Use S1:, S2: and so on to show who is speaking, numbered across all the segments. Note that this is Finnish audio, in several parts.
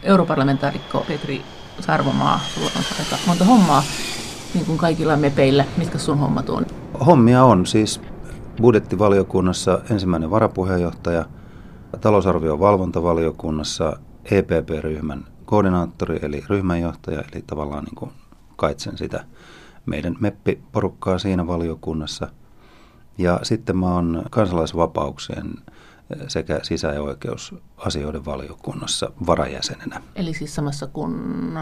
S1: Europarlamentaarikko Petri Sarvamaa, sulla on aika monta hommaa, niin kuin kaikilla mepeillä. Mitkä sun hommat on?
S2: Hommia on siis budjettivaliokunnassa ensimmäinen varapuheenjohtaja, talousarvion valvontavaliokunnassa EPP-ryhmän koordinaattori eli ryhmänjohtaja, eli tavallaan niin kuin kaitsen sitä meidän meppiporukkaa siinä valiokunnassa. Ja sitten mä oon kansalaisvapauksien sekä sisä- ja oikeusasioiden valiokunnassa varajäsenenä.
S1: Eli siis samassa kuin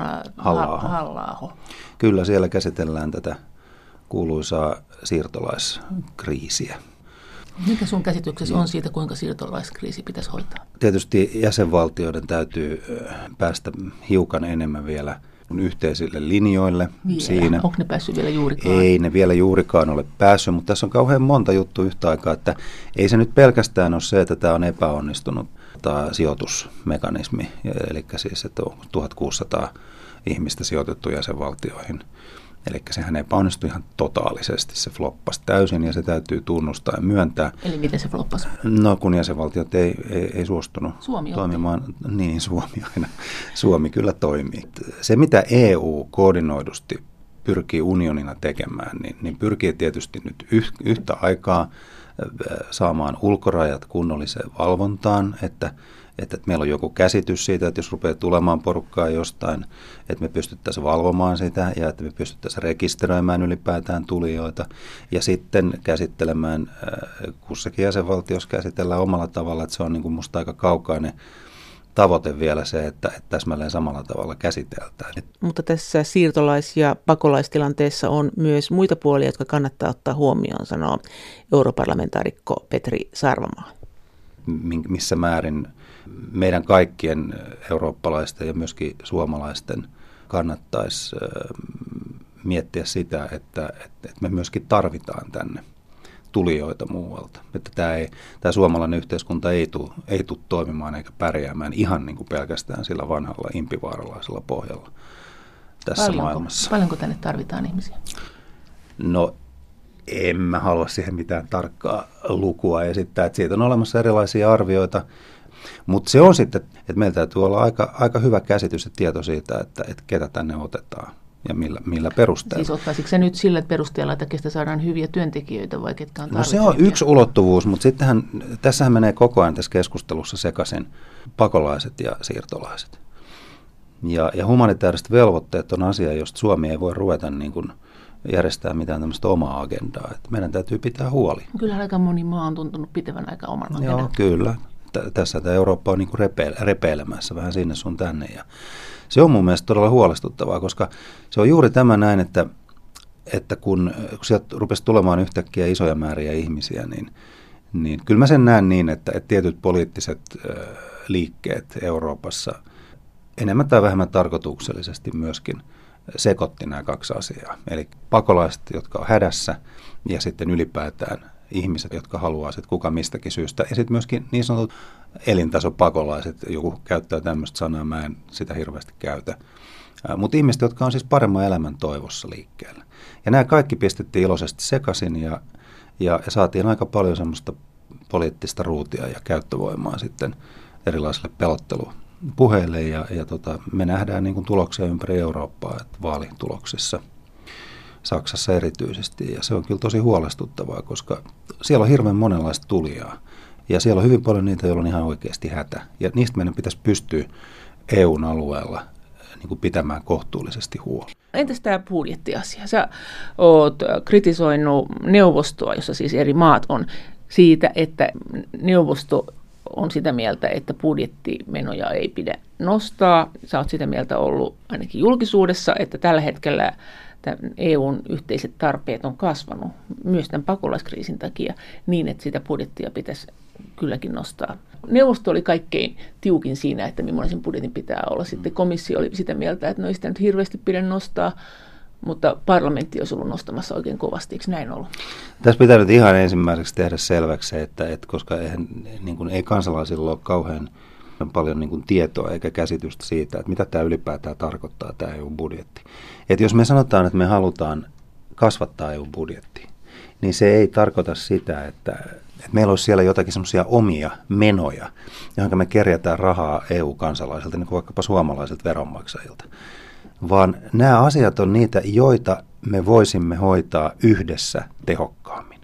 S1: Halla-aho.
S2: Kyllä, siellä käsitellään tätä kuuluisaa siirtolaiskriisiä.
S1: Mikä sun käsityksessä on siitä, kuinka siirtolaiskriisi pitäisi hoitaa?
S2: Tietysti jäsenvaltioiden täytyy päästä hiukan enemmän vielä yhteisille linjoille siinä.
S1: Onko ne päässyt vielä juurikaan?
S2: Ei ne vielä juurikaan ole päässyt, mutta tässä on kauhean monta juttua yhtä aikaa, että ei se nyt pelkästään ole se, että tämä on epäonnistunut tämä sijoitusmekanismi, eli siis, että on 1600 ihmistä sijoitettu jäsenvaltioihin. Eli sehän epäonnistui ihan totaalisesti, se floppasi täysin ja se täytyy tunnustaa ja myöntää.
S1: Eli miten se floppasi?
S2: No kun jäsenvaltiot ei suostunut
S1: Suomi
S2: toimimaan. Niin, Suomi aina. Suomi kyllä toimii. Se mitä EU koordinoidusti pyrkii unionina tekemään, niin pyrkii tietysti nyt yhtä aikaa saamaan ulkorajat kunnolliseen valvontaan, että meillä on joku käsitys siitä, että jos rupeaa tulemaan porukkaa jostain, että me pystyttäisiin valvomaan sitä ja että me pystyttäisiin rekisteröimään ylipäätään tulijoita ja sitten käsittelemään, kussakin jäsenvaltiossa käsitellään omalla tavalla, että se on niin kuin musta aika kaukainen tavoite vielä se, että täsmälleen samalla tavalla käsiteltään.
S3: Mutta tässä siirtolais- ja pakolaistilanteessa on myös muita puolia, jotka kannattaa ottaa huomioon, sanoo europarlamentaarikko Petri Sarvamaa.
S2: Missä määrin meidän kaikkien eurooppalaisten ja myöskin suomalaisten kannattaisi miettiä sitä, että me myöskin tarvitaan tänne tulijoita muualta. Että tämä suomalainen yhteiskunta ei tule toimimaan eikä pärjäämään ihan niin kuin pelkästään sillä vanhalla impivaaralaisella pohjalla tässä maailmassa.
S1: Paljonko tänne tarvitaan ihmisiä?
S2: No en mä halua siihen mitään tarkkaa lukua esittää, että siitä on olemassa erilaisia arvioita, mutta se on sitten, että meillä täytyy olla aika hyvä käsitys ja tieto siitä, että ketä tänne otetaan ja millä perusteella.
S1: Siis ottaisiko se nyt sillä perusteella, että kestä saadaan hyviä työntekijöitä vai ketkä on tarvitsevia?
S2: No se on yksi ulottuvuus, mutta sittenhän tässähän menee koko ajan tässä keskustelussa sekaisin pakolaiset ja siirtolaiset. Ja humanitaariset velvoitteet on asia, josta Suomi ei voi ruveta niin kuin järjestää mitään tämmöistä omaa agendaa. Että meidän täytyy pitää huoli.
S1: Kyllähän aika moni maa on tuntunut pitävän aika oman agendan.
S2: Joo, kyllä. Tässä tämä Eurooppa on niin kuin repeilemässä vähän sinne sun tänne. Ja se on mun mielestä todella huolestuttavaa, koska se on juuri tämä näin, että kun sieltä rupesi tulemaan yhtäkkiä isoja määriä ihmisiä, niin kyllä mä sen näen niin, että tietyt poliittiset liikkeet Euroopassa enemmän tai vähemmän tarkoituksellisesti myöskin sekoitti nämä kaksi asiaa. Eli pakolaiset, jotka on hädässä, ja sitten ylipäätään ihmiset, jotka haluaa sitten kuka mistäkin syystä. Ja sitten myöskin niin sanotut elintasopakolaiset, joku käyttää tämmöistä sanaa, mä en sitä hirveästi käytä. Mutta ihmiset, jotka on siis paremman elämän toivossa liikkeellä. Ja nämä kaikki pistettiin iloisesti sekaisin ja saatiin aika paljon semmoista poliittista ruutia ja käyttövoimaa sitten erilaisille pelottelupuheille. Ja me nähdään niin kuin tuloksia ympäri Eurooppaa, että vaalituloksissa. Saksassa erityisesti, ja se on kyllä tosi huolestuttavaa, koska siellä on hirveän monenlaista tulijaa, ja siellä on hyvin paljon niitä, joilla on ihan oikeasti hätä, ja niistä meidän pitäisi pystyä EUn alueella niin kuin pitämään kohtuullisesti huoli.
S1: Entäs tämä budjettiasia? Sä oot kritisoinut neuvostoa, jossa siis eri maat on, siitä, että neuvosto on sitä mieltä, että budjettimenoja ei pidä nostaa. Sä oot sitä mieltä ollut ainakin julkisuudessa, että tällä hetkellä EUn yhteiset tarpeet on kasvanut myös tämän pakolaiskriisin takia niin, että sitä budjettia pitäisi kylläkin nostaa. Neuvosto oli kaikkein tiukin siinä, että millainen sen budjetin pitää olla. Sitten komissio oli sitä mieltä, että no ei sitä nyt hirveästi pidä nostaa, mutta parlamentti olisi ollut nostamassa oikein kovasti. Eikö näin ollut?
S2: Tässä pitää nyt ihan ensimmäiseksi tehdä selväksi, että koska ei kansalaisilla ole kauhean paljon niin kuin tietoa eikä käsitystä siitä, että mitä tämä ylipäätään tarkoittaa, tämä EU-budjetti. Että jos me sanotaan, että me halutaan kasvattaa EU-budjettia, niin se ei tarkoita sitä, että meillä olisi siellä jotakin semmoisia omia menoja, johon me kerjätään rahaa EU-kansalaisilta, niin kuin vaikkapa suomalaisilta veronmaksajilta. Vaan nämä asiat on niitä, joita me voisimme hoitaa yhdessä tehokkaammin.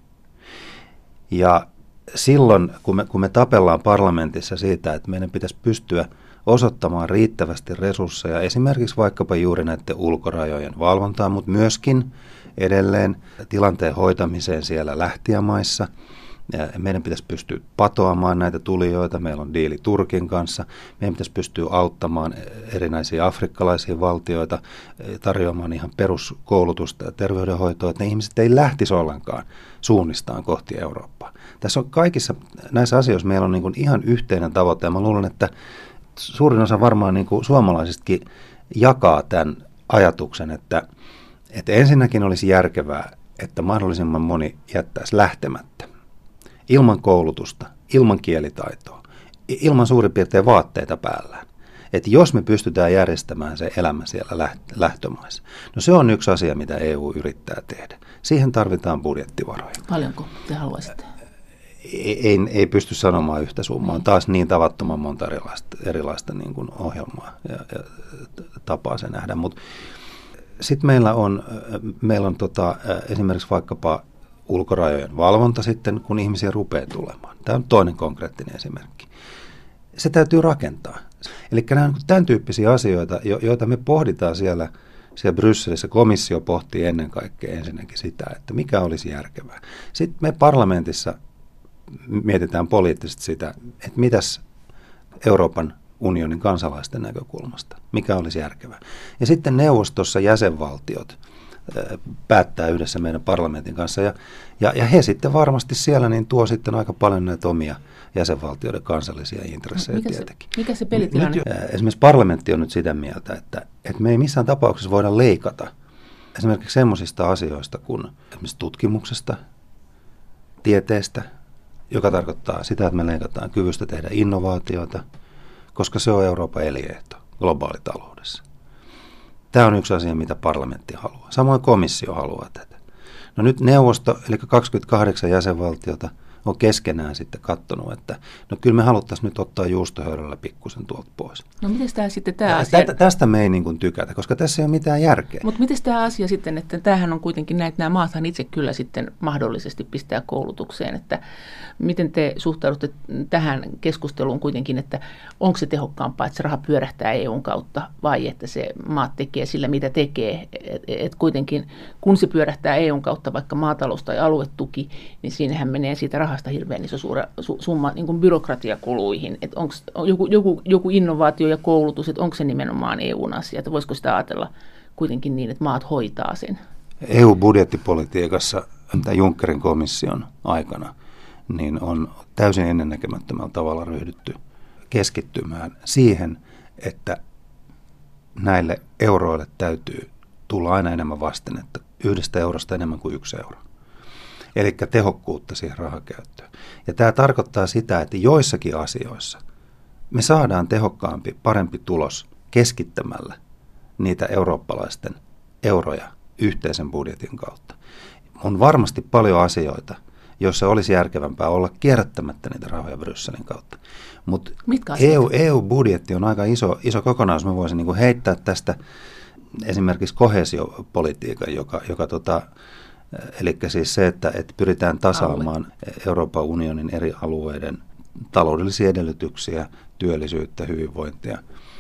S2: Ja silloin, kun me tapellaan parlamentissa siitä, että meidän pitäisi pystyä osoittamaan riittävästi resursseja, esimerkiksi vaikkapa juuri näiden ulkorajojen valvontaan, mutta myöskin edelleen tilanteen hoitamiseen siellä lähtijämaissa. Ja meidän pitäisi pystyä patoamaan näitä tulijoita. Meillä on diili Turkin kanssa. Meidän pitäisi pystyä auttamaan erinäisiä afrikkalaisia valtioita, tarjoamaan ihan peruskoulutusta ja terveydenhoitoa, että ne ihmiset ei lähtisi ollenkaan suunnistaan kohti Eurooppaa. Tässä on kaikissa näissä asioissa meillä on niin kuin ihan yhteinen tavoite, ja mä luulen, että suurin osa varmaan niin kuin suomalaisistakin jakaa tämän ajatuksen, että ensinnäkin olisi järkevää, että mahdollisimman moni jättäisi lähtemättä. Ilman koulutusta, ilman kielitaitoa, ilman suurin piirtein vaatteita päällään. Että jos me pystytään järjestämään se elämä siellä lähtömaissa, no se on yksi asia, mitä EU yrittää tehdä. Siihen tarvitaan budjettivaroja.
S1: Paljonko te haluaisitte?
S2: Ei pysty sanomaan yhtä summaa. On taas niin tavattoman monta erilaista niin kuin ohjelmaa ja tapaa se nähdä. Mutta sitten meillä on esimerkiksi vaikkapa ulkorajojen valvonta sitten, kun ihmisiä rupeaa tulemaan. Tämä on toinen konkreettinen esimerkki. Se täytyy rakentaa. Eli nämä on tämän tyyppisiä asioita, joita me pohditaan siellä Brysselissä. Komissio pohtii ennen kaikkea ensinnäkin sitä, että mikä olisi järkevää. Sitten me parlamentissa mietitään poliittisesti sitä, että mitäs Euroopan unionin kansalaisten näkökulmasta, mikä olisi järkevää. Ja sitten neuvostossa jäsenvaltiot päättää yhdessä meidän parlamentin kanssa, ja he sitten varmasti siellä niin tuo sitten aika paljon näitä omia jäsenvaltioiden kansallisia intressejä tietenkin.
S1: Mikä se pelitilanne?
S2: Esimerkiksi parlamentti on nyt sitä mieltä, että me ei missään tapauksessa voida leikata esimerkiksi semmoisista asioista kuin esimerkiksi tutkimuksesta, tieteestä, joka tarkoittaa sitä, että me leikataan kyvystä tehdä innovaatioita, koska se on Euroopan elinehto globaalitaloudessa. Tämä on yksi asia, mitä parlamentti haluaa. Samoin komissio haluaa tätä. No nyt neuvosto, eli 28 jäsenvaltiota, on keskenään sitten katsonut, että no kyllä me haluttaisiin nyt ottaa juustohöylällä pikkusen tuolta pois.
S1: No miten tämä sitten tämä asia?
S2: Tästä me ei niin kuin tykätä, koska tässä ei ole mitään järkeä.
S1: Mutta miten tämä asia sitten, että tämähän on kuitenkin näin, että nämä maathan itse kyllä sitten mahdollisesti pistää koulutukseen, että miten te suhtaudutte tähän keskusteluun kuitenkin, että onko se tehokkaampaa, että se raha pyörähtää EUn kautta vai että se maat tekee sillä, mitä tekee. Et kuitenkin kun se pyörähtää EUn kautta, vaikka maatalous- tai aluetuki, niin siinähän menee siitä rahasta hirveän iso summa niin kuin byrokratiakuluihin. Että onko joku innovaatio ja koulutus, että onko se nimenomaan EUn asia, että voisiko sitä ajatella kuitenkin niin, että maat hoitaa sen?
S2: EU-budjettipolitiikassa Junckerin komission aikana niin on täysin ennennäkemättömällä tavalla ryhdytty keskittymään siihen, että näille euroille täytyy tulla aina enemmän vastinetta, 1 eurosta enemmän kuin 1 euro. Eli tehokkuutta siihen rahakäyttöön. Ja tämä tarkoittaa sitä, että joissakin asioissa me saadaan tehokkaampi, parempi tulos keskittämällä niitä eurooppalaisten euroja yhteisen budjetin kautta. On varmasti paljon asioita, joissa olisi järkevämpää olla kierrättämättä niitä rahoja Brysselin kautta. Mutta EU-budjetti on aika iso kokonaisuus. Mä voisin niin kuin heittää tästä esimerkiksi koheesiopolitiikan, eli siis se, että pyritään tasaamaan Euroopan unionin eri alueiden taloudellisia edellytyksiä, työllisyyttä, hyvinvointia.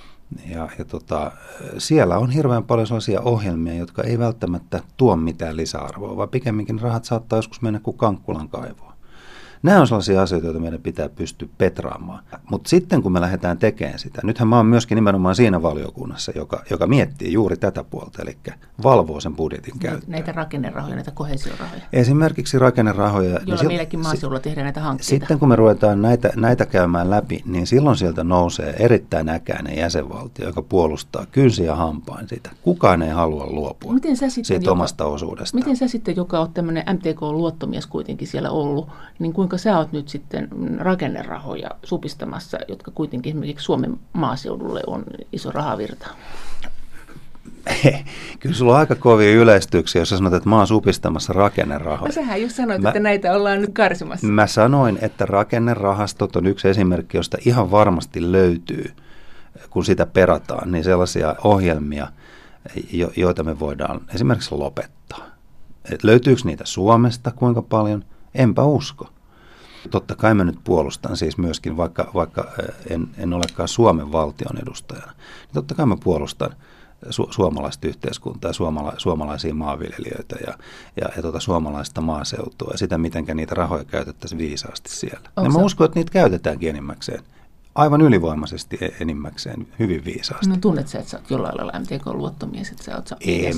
S2: Siellä on hirveän paljon sellaisia ohjelmia, jotka ei välttämättä tuo mitään lisäarvoa, vaan pikemminkin rahat saattaa joskus mennä kuin Kankkulan kaivoon. Nämä on sellaisia asioita, joita meidän pitää pystyä petraamaan. Mutta sitten kun me lähdetään tekemään sitä, nythän mä oon myöskin nimenomaan siinä valiokunnassa, joka miettii juuri tätä puolta, eli valvoo sen budjetin käyttöä.
S1: Näitä rakennerahoja, näitä koheesiorahoja.
S2: Esimerkiksi rakennerahoja.
S1: Joilla meilläkin maaseudulla tehdään näitä hankkeita.
S2: Sitten kun me ruvetaan näitä käymään läpi, niin silloin sieltä nousee erittäin äkäinen jäsenvaltio, joka puolustaa kynsiä hampain sitä. Kukaan ei halua luopua siitä omasta osuudesta.
S1: Miten sä sitten, joka on tämmöinen MTK-luottomies kuitenkin siellä ollut, niin kuinka sä oot nyt sitten rakennerahoja supistamassa, jotka kuitenkin esimerkiksi Suomen maaseudulle on iso rahavirta?
S2: Kyllä sulla on aika kovia yleistyksiä, jos sä sanot, että mä oon supistamassa rakennerahoja.
S1: Sähän just sanoit, että näitä ollaan nyt karsimassa.
S2: Mä sanoin, että rakennerahastot on yksi esimerkki, josta ihan varmasti löytyy, kun sitä perataan, niin sellaisia ohjelmia, joita me voidaan esimerkiksi lopettaa. Et löytyykö niitä Suomesta kuinka paljon? Enpä usko. Totta kai mä nyt puolustan siis myöskin, vaikka en olekaan Suomen valtion edustajana, niin totta kai mä puolustan suomalaista yhteiskuntaa, suomalaisia maanviljelijöitä ja suomalaista maaseutua ja sitä, miten niitä rahoja käytettäisiin viisaasti siellä. Ja mä uskon, että niitä käytetäänkin enimmäkseen. Aivan ylivoimaisesti enimmäkseen, hyvin viisaasti.
S1: No tunnet sä, että sä oot jollain lailla MTK-luottomies, että sä oot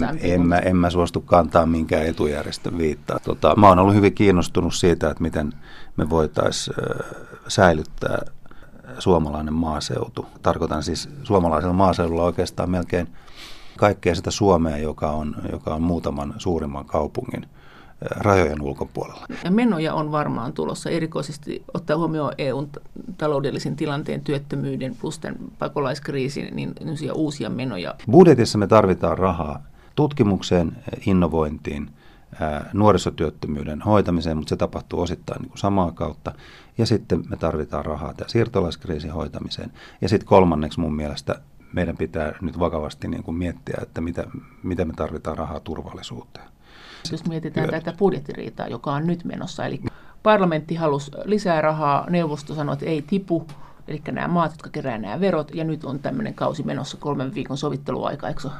S2: en mä suostu kantaa minkään etujärjestön viittaa. Mä oon ollut hyvin kiinnostunut siitä, että miten me voitaisiin säilyttää suomalainen maaseutu. Tarkoitan siis suomalaisella maaseudulla oikeastaan melkein kaikkea sitä Suomea, joka on muutaman suurimman kaupungin rajojen ulkopuolella.
S1: Ja menoja on varmaan tulossa, erikoisesti ottaa huomioon EUn taloudellisen tilanteen, työttömyyden plus tämän pakolaiskriisin, niin uusia menoja.
S2: Budjetissa me tarvitaan rahaa tutkimukseen, innovointiin, nuorisotyöttömyyden hoitamiseen, mutta se tapahtuu osittain niin kuin samaa kautta. Ja sitten me tarvitaan rahaa tämän siirtolaiskriisin hoitamiseen. Ja sitten kolmanneksi mun mielestä meidän pitää nyt vakavasti niin kuin miettiä, että mitä me tarvitaan rahaa turvallisuuteen.
S1: Jos mietitään tätä budjettiriitaa, joka on nyt menossa, eli parlamentti halusi lisää rahaa, neuvosto sanoi, että ei tipu, eli nämä maat, jotka kerää nämä verot, ja nyt on tämmöinen kausi menossa 3 viikon sovitteluaika, eikö se?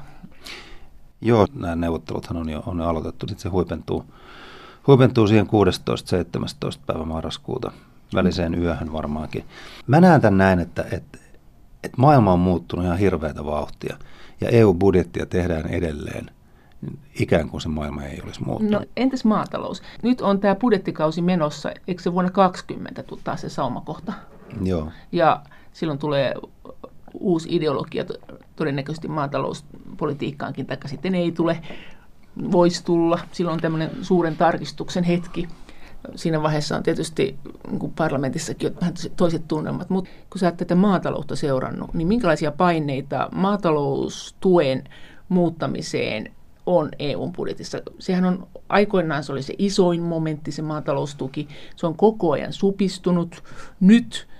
S2: Joo, nämä neuvotteluthan on jo aloitettu, sitten se huipentuu siihen 16-17 päivä marraskuuta väliseen yöhön varmaankin. Mä näen tämän näin, että maailma on muuttunut ihan hirveätä vauhtia, ja EU-budjettia tehdään edelleen. Ikään kuin se maailma ei olisi muuttunut.
S1: No entäs maatalous? Nyt on tämä budjettikausi menossa, eikö se vuonna 2020 tule taas se saumakohta?
S2: Joo.
S1: Ja silloin tulee uusi ideologia todennäköisesti maatalouspolitiikkaankin, tai sitten ei tule, voisi tulla. Silloin on tämmöinen suuren tarkistuksen hetki. Siinä vaiheessa on tietysti niin parlamentissakin vähän toiset tunnelmat, mutta kun sä oot tätä maataloutta seurannut, niin minkälaisia paineita maataloustuen muuttamiseen on EUn budjetissa? Sehän on aikoinaan, se oli se isoin momentti, se maataloustuki. Se on koko ajan supistunut. Nyt,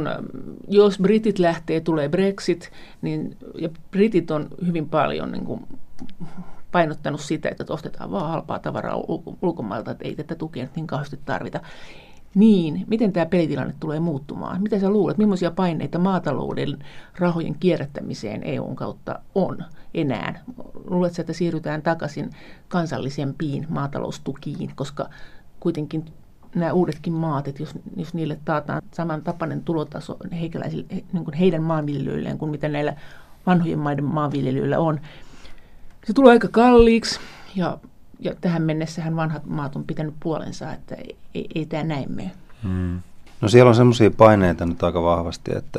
S1: jos britit lähtee, tulee Brexit, niin, ja britit on hyvin paljon niin kuin painottanut sitä, että ostetaan vaan halpaa tavaraa ulkomailta, että ei tätä tukea nyt niin kauheasti tarvita. Niin, miten tämä pelitilanne tulee muuttumaan? Mitä sä luulet, millaisia paineita maatalouden rahojen kierrättämiseen EUn kautta on enää? Luuletko, että siirrytään takaisin kansallisempiin maataloustukiin, koska kuitenkin nämä uudetkin maat, että jos niille taataan samantapainen tulotaso niin kuin heidän maanviljelijöilleen kuin mitä näillä vanhojen maiden maanviljelijöillä on, se tulee aika kalliiksi ja tähän mennessähän vanhat maat on pitänyt puolensa, että ei tämä näin mene.
S2: No siellä on semmoisia paineita nyt aika vahvasti, että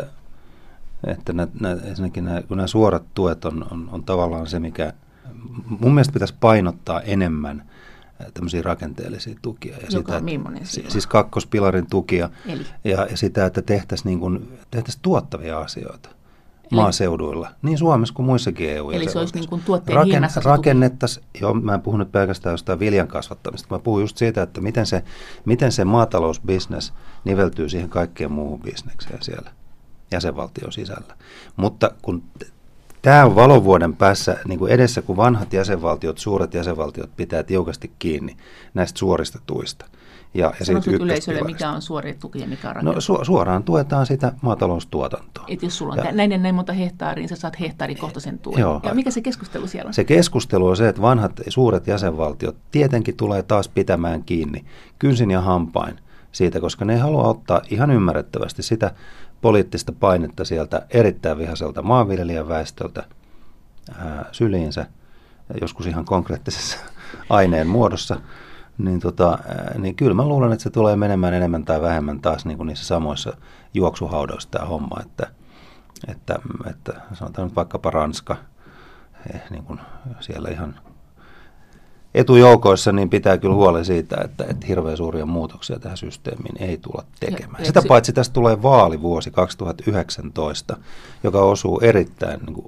S2: kun nämä suorat tuet on tavallaan se, mikä mun mielestä pitäisi painottaa enemmän tämmöisiä rakenteellisia tukia. Ja
S1: joka on millainen
S2: siis kakkospilarin tukia ja sitä, että tehtäisiin tuottavia asioita maaseuduilla, niin Suomessa kuin muissakin EU-jäsenvaltioissa.
S1: Eli se olisi niin kuin tuotteen hinnassa.
S2: Rakennettaisiin, mä en puhu nyt pelkästään jostain viljan kasvattamista, mä puhun just siitä, että miten se maatalousbisnes niveltyy siihen kaikkeen muuhun bisnekseen siellä jäsenvaltion sisällä. Mutta kun tämä on valovuoden päässä niin kuin edessä, kun vanhat jäsenvaltiot, suuret jäsenvaltiot pitää tiukasti kiinni näistä suorista tuista.
S1: Sanoisitko yleisölle, mikä on suoria tukia ja mikä on rakennettu?
S2: No suoraan tuetaan sitä maataloustuotantoa.
S1: Et jos sulla on näin monta hehtaaria, niin sä saat hehtaarikohtaisen tuen.
S2: Joo.
S1: Ja mikä se keskustelu siellä on?
S2: Se keskustelu on se, että vanhat suuret jäsenvaltiot tietenkin tulee taas pitämään kiinni kynsin ja hampain siitä, koska ne ei halua ottaa ihan ymmärrettävästi sitä poliittista painetta sieltä erittäin vihaiselta maanviljelijän väestöltä syliinsä, joskus ihan konkreettisessa aineen muodossa. Niin kyllä mä luulen, että se tulee menemään enemmän tai vähemmän taas niin kuin niissä samoissa juoksuhaudoissa tämä homma, että sanotaan nyt vaikkapa Ranska, niin kuin siellä ihan etujoukoissa, niin pitää kyllä huoli siitä, että hirveän suuria muutoksia tähän systeemiin ei tulla tekemään. Sitä paitsi tästä tulee vaalivuosi 2019, joka osuu erittäin niin kuin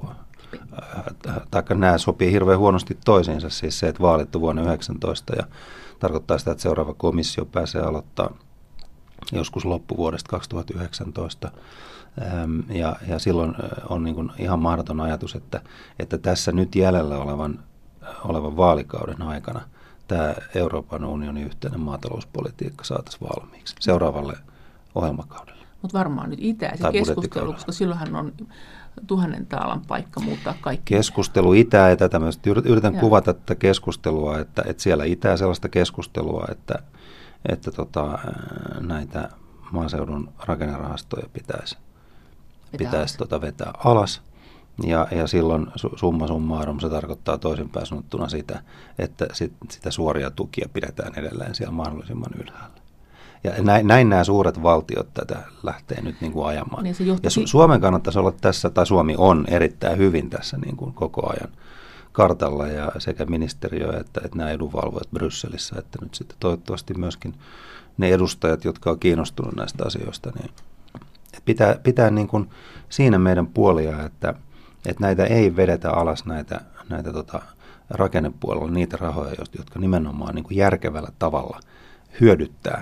S2: taikka nämä sopii hirveän huonosti toisiinsa, siis se, että vaalit on vuonna 2019 ja tarkoittaa sitä, että seuraava komissio pääsee aloittaa joskus loppuvuodesta 2019. Ja silloin on niin kuin ihan mahdoton ajatus, että tässä nyt jäljellä olevan vaalikauden aikana tämä Euroopan unionin yhteinen maatalouspolitiikka saataisiin valmiiksi seuraavalle ohjelmakaudelle.
S1: Mutta varmaan nyt itäisen keskustelu, koska silloinhan on 1000 taalan paikka muuttaa kaikki.
S2: Keskustelu itää, ja tätä myös yritän kuvata tätä keskustelua, että siellä itää sellaista keskustelua, että näitä maaseudun rakennerahastoja pitäisi vetää alas. Ja silloin summa summarum se tarkoittaa toisinpäin sanottuna sitä, että sitä suoria tukia pidetään edelleen siellä mahdollisimman ylhäällä. Ja näin nämä suuret valtiot tätä lähtee nyt niin kuin ajamaan.
S1: Niin
S2: ja Suomen kannattaisi olla tässä, tai Suomi on erittäin hyvin tässä niin kuin koko ajan kartalla, ja sekä ministeriö että nämä edunvalvojat Brysselissä, että nyt sitten toivottavasti myöskin ne edustajat, jotka on kiinnostunut näistä asioista, niin pitää niin kuin siinä meidän puolia, että näitä ei vedetä alas näitä rakennepuolella niitä rahoja, jotka nimenomaan niin kuin järkevällä tavalla hyödyttää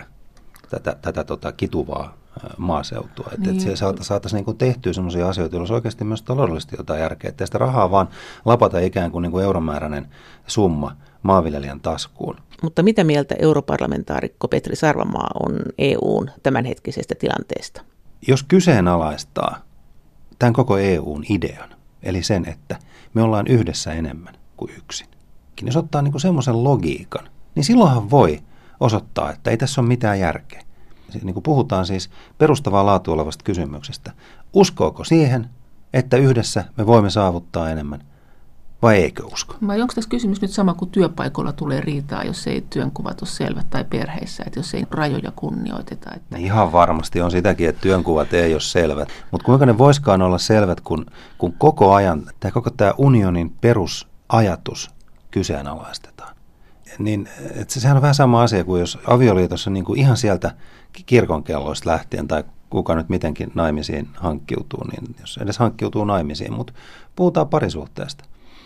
S2: tätä kituvaa maaseutua. Niin. Että se saataisiin niin kuin tehtyä sellaisia asioita, joilla olisi oikeasti myös taloudellisesti jotain järkeä. Että sitä rahaa vaan lapata ikään kuin euromääräinen summa maanviljelijän taskuun.
S3: Mutta mitä mieltä europarlamentaarikko Petri Sarvamaa on EUn tämänhetkisestä tilanteesta?
S2: Jos kyseenalaistaa tämän koko EUn idean, eli sen, että me ollaan yhdessä enemmän kuin yksin, jos ottaa niin kuin semmoisen logiikan, niin silloinhan voi osoittaa, että ei tässä ole mitään järkeä. Niin kuin puhutaan siis perustavaa laatua olevasta kysymyksestä. Uskooko siihen, että yhdessä me voimme saavuttaa enemmän, vai eikö usko?
S1: Vai onko tässä kysymys nyt sama kuin työpaikoilla tulee riitaa, jos ei työnkuvat ole selvät, tai perheissä, että jos ei rajoja kunnioiteta? Että...
S2: Ihan varmasti on sitäkin, että työnkuvat ei ole selvät. Mutta kuinka ne voisikaan olla selvät, kun koko ajan koko tämä unionin perusajatus kyseenalaistetaan. Niin, sehän on vähän sama asia kuin jos avioliitossa niin kuin ihan sieltä kirkonkelloista lähtien, tai kuka nyt mitenkin naimisiin hankkiutuu, niin jos edes hankkiutuu naimisiin, mutta puhutaan parisuhteesta.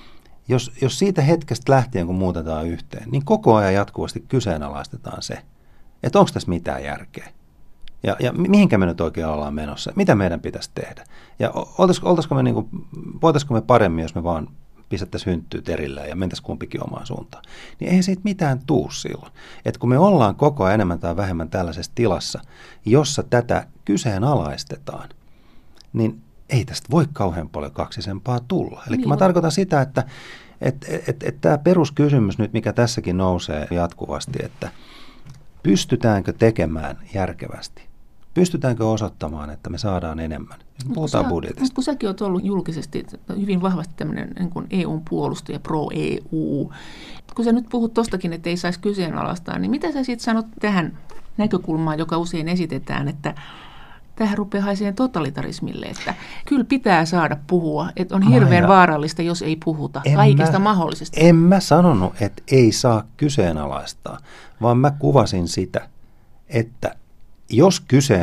S2: Jos siitä hetkestä lähtien, kun muutetaan yhteen, niin koko ajan jatkuvasti kyseenalaistetaan se, että onko tässä mitään järkeä. Ja mihinkä me nyt oikein ollaan menossa, mitä meidän pitäisi tehdä. Ja voitaisiko me paremmin, jos me vaan pistettäisiin hynttyyt erillään ja mentäisiin kumpikin omaan suuntaan. Niin ei siitä mitään tuu silloin. Että kun me ollaan koko ajan enemmän tai vähemmän tällaisessa tilassa, jossa tätä kyseenalaistetaan, niin ei tästä voi kauhean paljon kaksisempaa tulla. Eli mä tarkoitan sitä, että tämä peruskysymys nyt, mikä tässäkin nousee jatkuvasti, että pystytäänkö tekemään järkevästi? Pystytäänkö osoittamaan, että me saadaan enemmän? Puhutaan budjetista.
S1: Kun säkin olet ollut julkisesti hyvin vahvasti tämmöinen niin kuin EUn puolustaja, pro-EU. Kun sä nyt puhut tostakin, että ei saisi kyseenalaistaa, niin mitä sä sitten sanot tähän näkökulmaan, joka usein esitetään, että tähän rupeaa haiseen totalitarismille, että kyllä pitää saada puhua, että on hirveän vaarallista, jos ei puhuta kaikista mahdollisesta.
S2: En mä sanonut, että ei saa kyseenalaistaa, vaan mä kuvasin sitä, että jos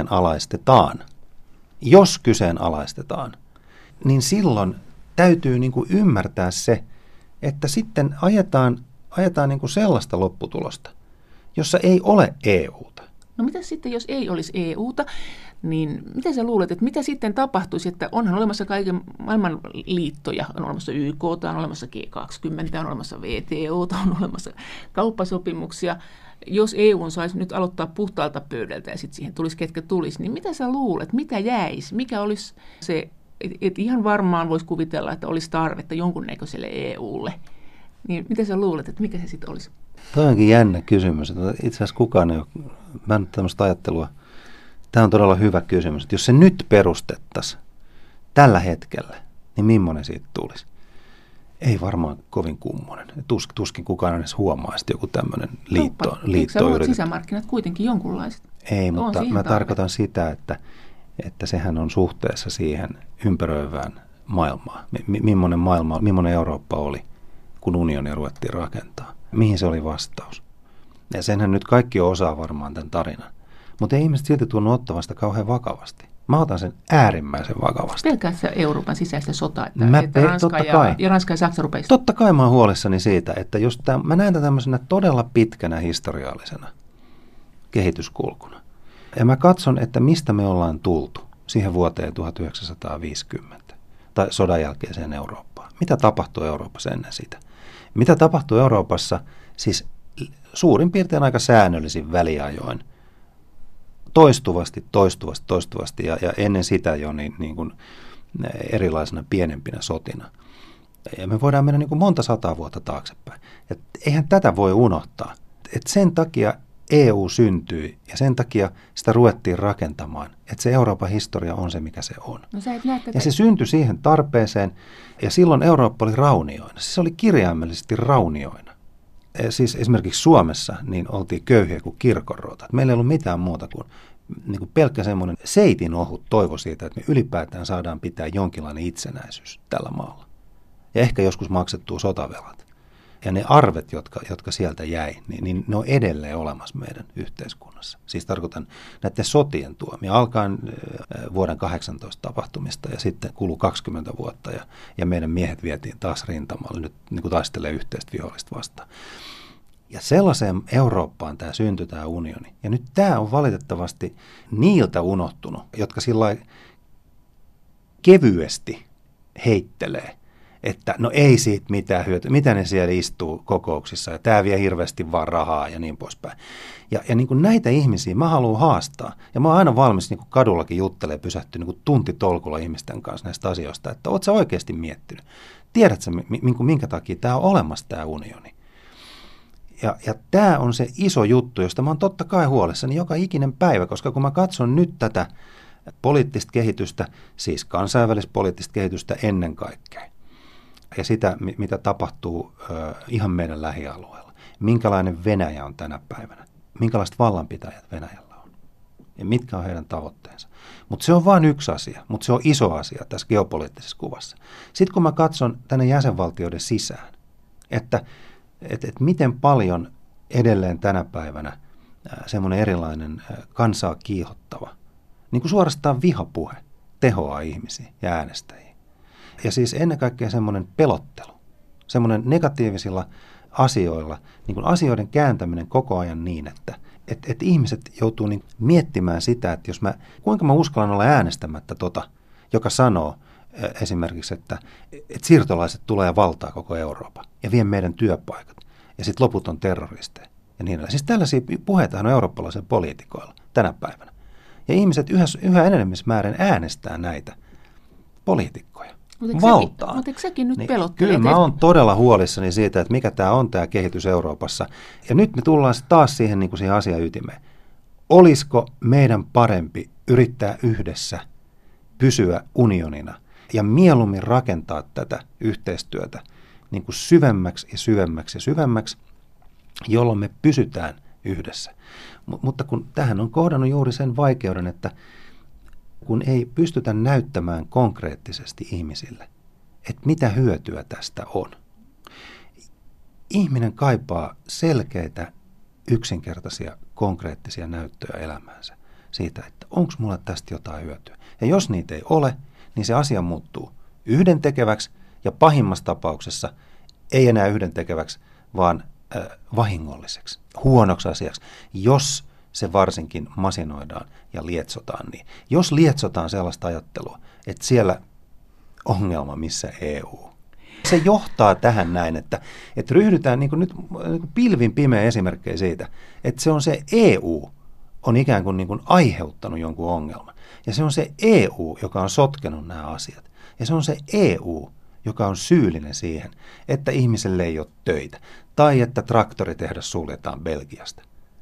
S2: kyseenalaistetaan, niin silloin täytyy niin kuin ymmärtää se, että sitten ajetaan niin kuin sellaista lopputulosta, jossa ei ole EUta.
S1: No mitä sitten, jos ei olisi EUta, niin mitä sä luulet, että mitä sitten tapahtuisi, että onhan olemassa kaiken maailman liittoja, on olemassa YK, on olemassa G20, on olemassa VTO, on olemassa kauppasopimuksia. Jos EU saisi nyt aloittaa puhtaalta pöydältä ja sitten siihen tulisi ketkä tulisi, niin mitä sä luulet, mitä jäisi, mikä olisi se, että ihan varmaan voisi kuvitella, että olisi tarvetta jonkunnäköiselle EUlle. Niin mitä sä luulet, että mikä se sitten olisi?
S2: Toi onkin jännä kysymys. Itse asiassa kukaan ei ole, mä en tämmöistä ajattelua. Tämä on todella hyvä kysymys. Että jos se nyt perustettaisiin tällä hetkellä, niin millainen siitä tulisi? Ei varmaan kovin kummonen. Tuskin kukaan edes huomaa, että joku tämmöinen liitto on yritetty.
S1: Sisämarkkinat kuitenkin jonkunlaiset?
S2: Ei, mutta mä tarkoitan sitä, että sehän on suhteessa siihen ympäröivään maailmaan. Millainen Eurooppa oli, kun unionia ruvettiin rakentaa. Mihin se oli vastaus? Ja senhän nyt kaikki osaa varmaan tämän tarinan. Mutta ei ihmiset silti tunnu ottavasta kauhean vakavasti. Mä otan sen äärimmäisen vakavasti.
S1: Pelkäätkö Euroopan sisäistä sotaa, että
S2: Ranska
S1: ja Saksa rupeisi?
S2: Totta kai mä oon huolissani siitä, että jos mä näen tätä tämmöisenä todella pitkänä historiallisena kehityskulkuna. Ja mä katson, että mistä me ollaan tultu siihen vuoteen 1950 tai sodan jälkeiseen Eurooppaan. Mitä tapahtui Euroopassa ennen sitä? Mitä tapahtui Euroopassa siis suurin piirtein aika säännöllisin väliajoin, toistuvasti ja ennen sitä jo niin kuin erilaisena pienempinä sotina. Ja me voidaan mennä niin kuin monta sataa vuotta taaksepäin. Et eihän tätä voi unohtaa. Et sen takia EU syntyi ja sen takia sitä ruvettiin rakentamaan, että se Euroopan historia on se, mikä se on.
S1: No, sä et näe tätä.
S2: Ja se syntyi siihen tarpeeseen ja silloin Eurooppa oli raunioina. Se oli kirjaimellisesti raunioina. Siis esimerkiksi Suomessa niin oltiin köyhiä kuin kirkonroota. Meillä ei ollut mitään muuta kuin pelkkä semmoinen seitin ohut toivo siitä, että me ylipäätään saadaan pitää jonkinlainen itsenäisyys tällä maalla. Ja ehkä joskus maksettua sotavelat. Ja ne arvet, jotka sieltä jäi, niin ne on edelleen olemassa meidän yhteiskunnassa. Siis tarkoitan näiden sotien tuomia, alkaen vuoden 18 tapahtumista ja sitten kului 20 vuotta ja meidän miehet vietiin taas rintamalle, nyt niin kuin taistelee yhteistä vihollista vastaan. Ja sellaiseen Eurooppaan tämä syntyi, tämä unioni. Ja nyt tämä on valitettavasti niiltä unohtunut, jotka sillä kevyesti heittelee, että no ei siitä mitään hyötyä, mitä ne siellä istuu kokouksissa ja tämä vie hirveästi vaan rahaa ja niin poispäin. Ja niin kuin näitä ihmisiä mä haluan haastaa ja mä oon aina valmis niin kuin kadullakin juttelemaan, pysähtyä niin kuin tuntitolkulla ihmisten kanssa näistä asioista, että oot sä oikeasti miettinyt, tiedätkö minkä takia tämä on olemassa tämä unioni. Ja tämä on se iso juttu, josta mä oon totta kai huolissani joka ikinen päivä, koska kun mä katson nyt tätä poliittista kehitystä, siis kansainvälistä poliittista kehitystä ennen kaikkea, ja sitä, mitä tapahtuu ihan meidän lähialueella. Minkälainen Venäjä on tänä päivänä? Minkälaiset vallanpitäjät Venäjällä on? Ja mitkä on heidän tavoitteensa? Mutta se on vain yksi asia, mutta se on iso asia tässä geopoliittisessa kuvassa. Sitten kun mä katson tänne jäsenvaltioiden sisään, että miten paljon edelleen tänä päivänä semmoinen erilainen kansaa kiihottava, niin kuin suorastaan vihapuhe, tehoaa ihmisiä ja äänestäjiä. Ja siis ennen kaikkea semmoinen pelottelu, semmoinen negatiivisilla asioilla, niin kuin asioiden kääntäminen koko ajan niin, että ihmiset joutuu niin miettimään sitä, että kuinka mä uskallan olla äänestämättä joka sanoo esimerkiksi, että siirtolaiset tulee ja valtaa koko Euroopan ja vie meidän työpaikat ja sitten loput on terroristeja ja niin edelleen. Siis tällaisia puheitahan on eurooppalaisen poliitikoilla tänä päivänä. Ja ihmiset yhä enemmissä määrin äänestää näitä poliitikkoja. Valtaan.
S1: Mutta eikö sekin nyt
S2: niin,
S1: pelottelee?
S2: Kyllä mä oon todella huolissani siitä, että mikä tämä on tämä kehitys Euroopassa. Ja nyt me tullaan taas siihen, niin kuin siihen asian ytimeen. Olisiko meidän parempi yrittää yhdessä pysyä unionina ja mieluummin rakentaa tätä yhteistyötä niin kuin syvemmäksi, jolloin me pysytään yhdessä. Mutta kun tähän on kohdannut juuri sen vaikeuden, että kun ei pystytä näyttämään konkreettisesti ihmisille, että mitä hyötyä tästä on. Ihminen kaipaa selkeitä, yksinkertaisia, konkreettisia näyttöjä elämäänsä siitä, että onko mulla tästä jotain hyötyä. Ja jos niitä ei ole, niin se asia muuttuu yhdentekeväksi ja pahimmassa tapauksessa ei enää yhdentekeväksi, vaan vahingolliseksi, huonoksi asiaksi, jos se varsinkin masinoidaan ja lietsotaan niin. Jos lietsotaan sellaista ajattelua, että siellä ongelma, missä EU. Se johtaa tähän näin, että ryhdytään niin kuin nyt niin kuin pilvin pimeä esimerkkejä siitä, että se on se EU on ikään kuin aiheuttanut jonkun ongelman. Ja se on se EU, joka on sotkenut nämä asiat. Ja se on se EU, joka on syyllinen siihen, että ihmiselle ei ole töitä. Tai että traktoritehdas suljetaan Belgiasta.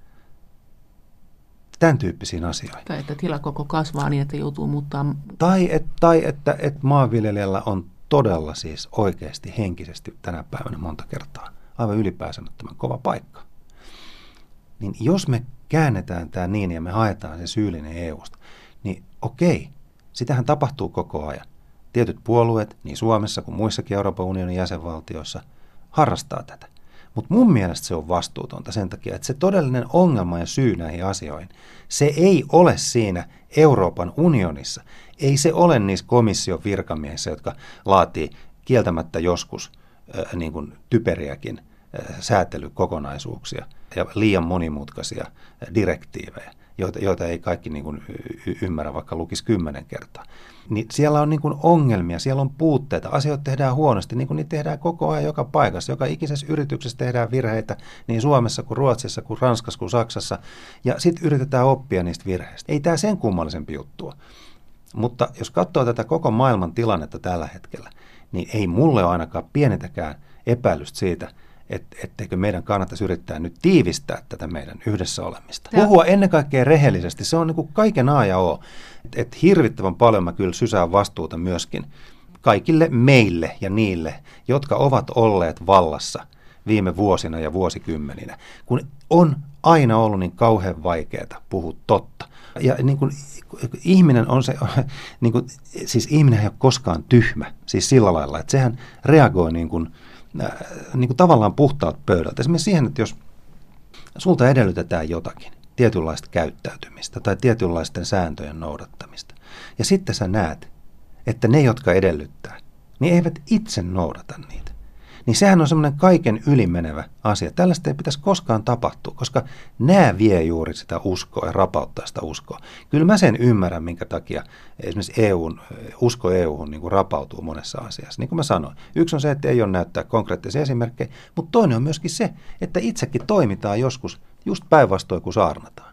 S2: Tämän tyyppisiin asioihin.
S1: Tai että tilakoko kasvaa niin, että joutuu muuttamaan.
S2: Tai että maanviljelijällä on todella siis oikeasti henkisesti tänä päivänä monta kertaa aivan ylipääsemättömän kova paikka. Niin jos me käännetään tämä niin ja me haetaan se syyllinen EUsta, niin okei, sitähän tapahtuu koko ajan. Tietyt puolueet, niin Suomessa kuin muissakin Euroopan unionin jäsenvaltioissa, harrastaa tätä. Mutta mun mielestä se on vastuutonta sen takia, että se todellinen ongelma ja syy näihin asioihin, se ei ole siinä Euroopan unionissa. Ei se ole niissä komission virkamiehissä, jotka laatii kieltämättä joskus niin kuin typeriäkin säätelykokonaisuuksia ja liian monimutkaisia direktiivejä, joita ei kaikki niin kuin ymmärrä, vaikka lukisi 10 kertaa. Niin siellä on niin kuin ongelmia, siellä on puutteita, asioita tehdään huonosti, niin kuin niitä tehdään koko ajan joka paikassa. Joka ikisessä yrityksessä tehdään virheitä niin Suomessa kuin Ruotsissa kuin Ranskassa kuin Saksassa, ja sitten yritetään oppia niistä virheistä. Ei tämä sen kummallisempi juttua. Mutta jos katsoo tätä koko maailman tilannetta tällä hetkellä, niin ei mulle ole ainakaan pienetäkään epäilystä siitä, etteikö meidän kannattaisi yrittää nyt tiivistää tätä meidän yhdessä olemista. Puhua ennen kaikkea rehellisesti, se on niin kuin kaiken A ja O. Että hirvittävän paljon mä kyllä sysään vastuuta myöskin kaikille meille ja niille, jotka ovat olleet vallassa viime vuosina ja vuosikymmeninä, kun on aina ollut niin kauhean vaikeaa puhua totta. Ja niin kuin ihminen on se, niin kuin, siis ihminen ei ole koskaan tyhmä, siis sillä lailla, että sehän reagoi niin kuin tavallaan puhtaalta pöydältä. Esimerkiksi siihen, että jos sulta edellytetään jotakin, tietynlaista käyttäytymistä tai tietynlaisten sääntöjen noudattamista, ja sitten sä näet, että ne, jotka edellyttää, niin eivät itse noudata niitä. Niin sehän on semmoinen kaiken ylimenevä asia. Tällaista ei pitäisi koskaan tapahtua, koska nämä vie juuri sitä uskoa ja rapauttaa sitä uskoa. Kyllä mä sen ymmärrän, minkä takia esimerkiksi usko EU:hun niin kuin rapautuu monessa asiassa. Niin kuin mä sanoin, yksi on se, että ei ole näyttää konkreettisia esimerkkejä, mutta toinen on myöskin se, että itsekin toimitaan joskus just päinvastoin kuin saarnataan.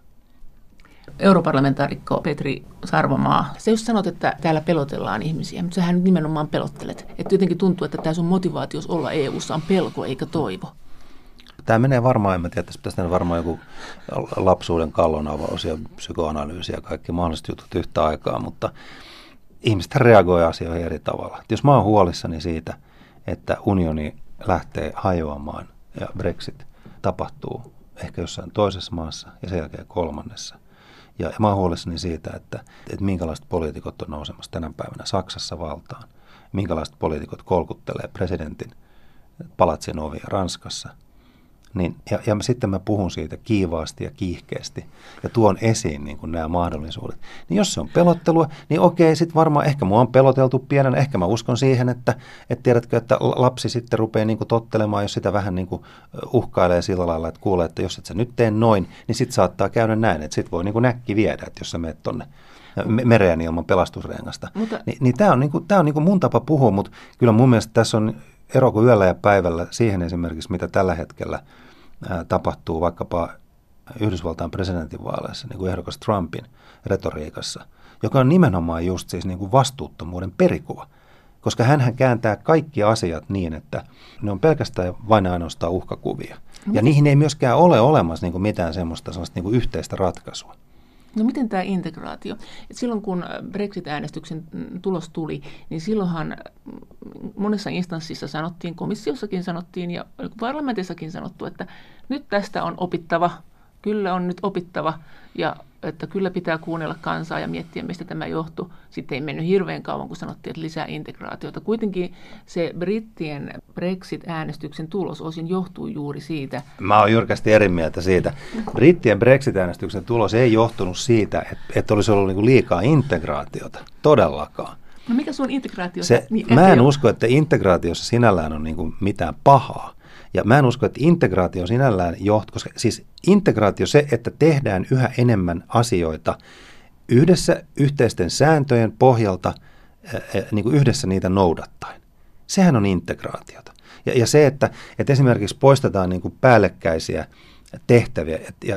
S1: Europarlamentaarikko Petri Sarvamaa, sä just sanot, että täällä pelotellaan ihmisiä, mutta sähän nyt nimenomaan pelottelet. Että jotenkin tuntuu, että tämä sun motivaatios olla EU:ssa on pelko eikä toivo.
S2: Tämä menee varmaan, en mä tiedä, tässä pitäisi tehdä varmaan joku lapsuuden kallonavaus ja psykoanalyysi ja kaikki mahdolliset jutut yhtä aikaa, mutta ihmiset reagoi asioihin eri tavalla. Et jos mä oon huolissani siitä, että unioni lähtee hajoamaan ja Brexit tapahtuu ehkä jossain toisessa maassa ja sen jälkeen kolmannessa, ja mä oon huolissani siitä, että minkälaiset poliitikot on nousemassa tänä päivänä Saksassa valtaan, minkälaiset poliitikot kolkuttelee presidentin palatsin ovia Ranskassa. Niin, ja sitten mä puhun siitä kiivaasti ja kiihkeästi ja tuon esiin niin kuin nämä mahdollisuudet. Niin jos se on pelottelua, niin okei, sitten varmaan ehkä mua on peloteltu pienenä. Ehkä mä uskon siihen, että tiedätkö, että lapsi sitten rupeaa niin kuin tottelemaan, jos sitä vähän niin kuin uhkailee sillä lailla, että kuulee, että jos et sä nyt tee noin, niin sitten saattaa käydä näin, että sitten voi niin kuin näkki viedä, että jos sä menet tonne mereen ilman pelastusrengasta. Niin tämä on, niin kuin mun tapa puhua, mutta kyllä mun mielestä tässä on ero kuin yöllä ja päivällä siihen esimerkiksi, mitä tällä hetkellä tapahtuu vaikkapa Yhdysvaltain presidentinvaaleissa, niin kuin ehdokas Trumpin retoriikassa, joka on nimenomaan just siis niin kuin vastuuttomuuden perikuva, koska hänhän kääntää kaikki asiat niin, että ne on pelkästään vain ainoastaan uhkakuvia. Ja niihin ei myöskään ole olemassa niin kuin mitään sellaista niin kuin yhteistä ratkaisua.
S1: No miten tämä integraatio? Et silloin kun Brexit-äänestyksen tulos tuli, niin silloinhan monessa instanssissa sanottiin, komissiossakin sanottiin ja parlamentissakin sanottu, että nyt tästä on opittava, kyllä on nyt opittava ja että kyllä pitää kuunnella kansaa ja miettiä, mistä tämä johtuu. Sitten ei mennyt hirveän kauan, kun sanottiin, että lisää integraatiota. Kuitenkin se brittien Brexit-äänestyksen tulos osin johtuu juuri siitä.
S2: Mä oon jyrkästi eri mieltä siitä. Brittien Brexit-äänestyksen tulos ei johtunut siitä, että olisi ollut niinku liikaa integraatiota. Todellakaan.
S1: No mikä sun integraatio?
S2: Mä en usko, että integraatiossa sinällään on niinku mitään pahaa. Ja mä en usko, että integraatio sinällään johtuu, koska siis integraatio se, että tehdään yhä enemmän asioita yhdessä yhteisten sääntöjen pohjalta, niin kuin yhdessä niitä noudattaen. Sehän on integraatiota. Ja se, että esimerkiksi poistetaan niin kuin päällekkäisiä tehtäviä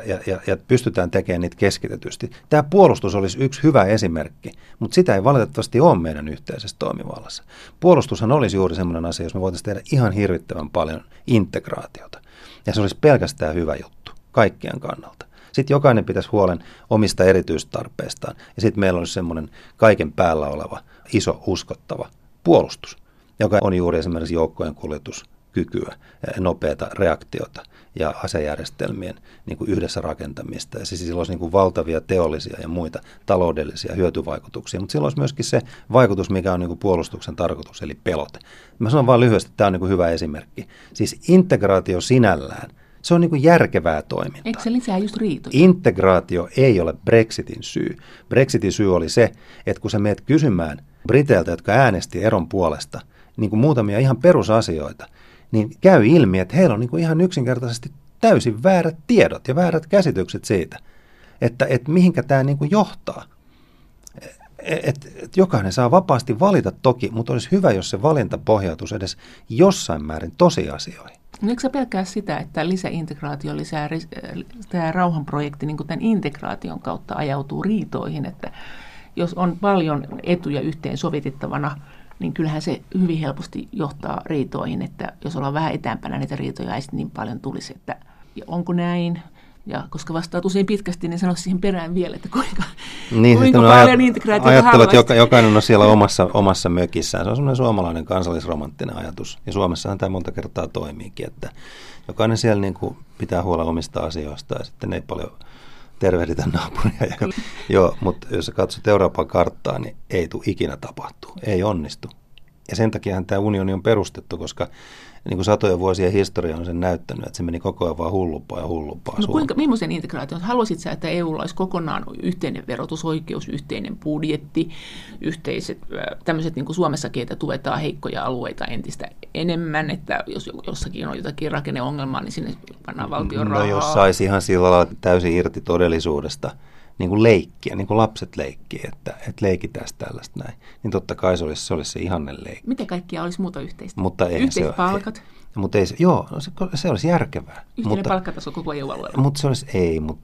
S2: ja pystytään tekemään niitä keskitetysti. Tämä puolustus olisi yksi hyvä esimerkki, mutta sitä ei valitettavasti ole meidän yhteisessä toimivallassa. Puolustushan olisi juuri sellainen asia, jos me voitaisiin tehdä ihan hirvittävän paljon integraatiota. Ja se olisi pelkästään hyvä juttu kaikkien kannalta. Sitten jokainen pitäisi huolen omista erityistarpeistaan ja sitten meillä olisi semmoinen kaiken päällä oleva, iso, uskottava puolustus, joka on juuri esimerkiksi joukkojen kuljetus kykyä, nopeata reaktiota ja asejärjestelmien niin kuin yhdessä rakentamista. Ja siis sillä olisi niin kuin valtavia teollisia ja muita taloudellisia hyötyvaikutuksia, mutta sillä olisi myöskin se vaikutus, mikä on niin kuin puolustuksen tarkoitus, eli pelote. Mä sanon vaan lyhyesti, että tämä on niin kuin hyvä esimerkki. Siis integraatio sinällään, se on niin kuin järkevää toimintaa.
S1: Eikö se lisää just riitoja?
S2: Integraatio ei ole Brexitin syy. Brexitin syy oli se, että kun sä meet kysymään briteiltä, jotka äänesti eron puolesta, niin kuin muutamia ihan perusasioita, niin käy ilmi, että heillä on niin kuin ihan yksinkertaisesti täysin väärät tiedot ja väärät käsitykset siitä, että mihinkä tämä niin kuin johtaa. Et jokainen saa vapaasti valita toki, mutta olisi hyvä, jos se valinta pohjautuisi edes jossain määrin tosiasioihin.
S1: No eikö sä pelkää sitä, että lisäintegraatio, tämä rauhanprojekti niin kuin tämän integraation kautta ajautuu riitoihin, että jos on paljon etuja yhteen sovitettavana, niin kyllähän se hyvin helposti johtaa riitoihin, että jos ollaan vähän etäämpänä, niitä riitoja ei niin paljon tulisi, että onko näin? Ja koska vastaat usein pitkästi, niin sano siihen perään vielä, että kuinka paljon integraatiota
S2: ajattelut, jokainen on siellä omassa mökissään. Se on semmoinen suomalainen kansallisromanttinen ajatus. Ja Suomessahan tämä monta kertaa toimiikin, että jokainen siellä niin kuin pitää huolta omista asioista ja sitten ei paljon tervehditä naapuria. Joo, mutta jos katsot Euroopan karttaa, niin ei tule ikinä tapahtuu, ei onnistu. Ja sen takiahan tämä unioni on perustettu, koska niin kuin satojen vuosien historia on sen näyttänyt, että se meni koko ajan vaan hullumpaa ja hullumpaa.
S1: No millaisen integraation? Haluaisit sä, että EUlla olisi kokonaan yhteinen verotusoikeus, yhteinen budjetti, yhteiset tämmöiset niin kuin Suomessakin, että tuetaan heikkoja alueita entistä enemmän, että jos jossakin on jotakin rakenneongelmaa, niin sinne pannaan valtion rahaa.
S2: No jos saisi ihan sillä lailla täysin irti todellisuudesta, niin kuin leikkiä, niin kuin lapset leikkii, että leikitään tällaista näin, niin totta kai se olisi se ihanne leikki.
S1: Mitä kaikkia olisi muuta yhteistä?
S2: Mutta
S1: yhteiset palkat?
S2: Mutta se olisi järkevää.
S1: Yhteinen palkkataso koko EU-alueella.
S2: Mutta se olisi,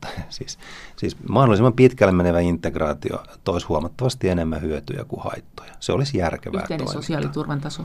S2: siis mahdollisimman pitkälle menevä integraatio toisi huomattavasti enemmän hyötyjä kuin haittoja. Se olisi järkevää
S1: yhteinen
S2: toimintaa.
S1: Sosiaaliturvan taso?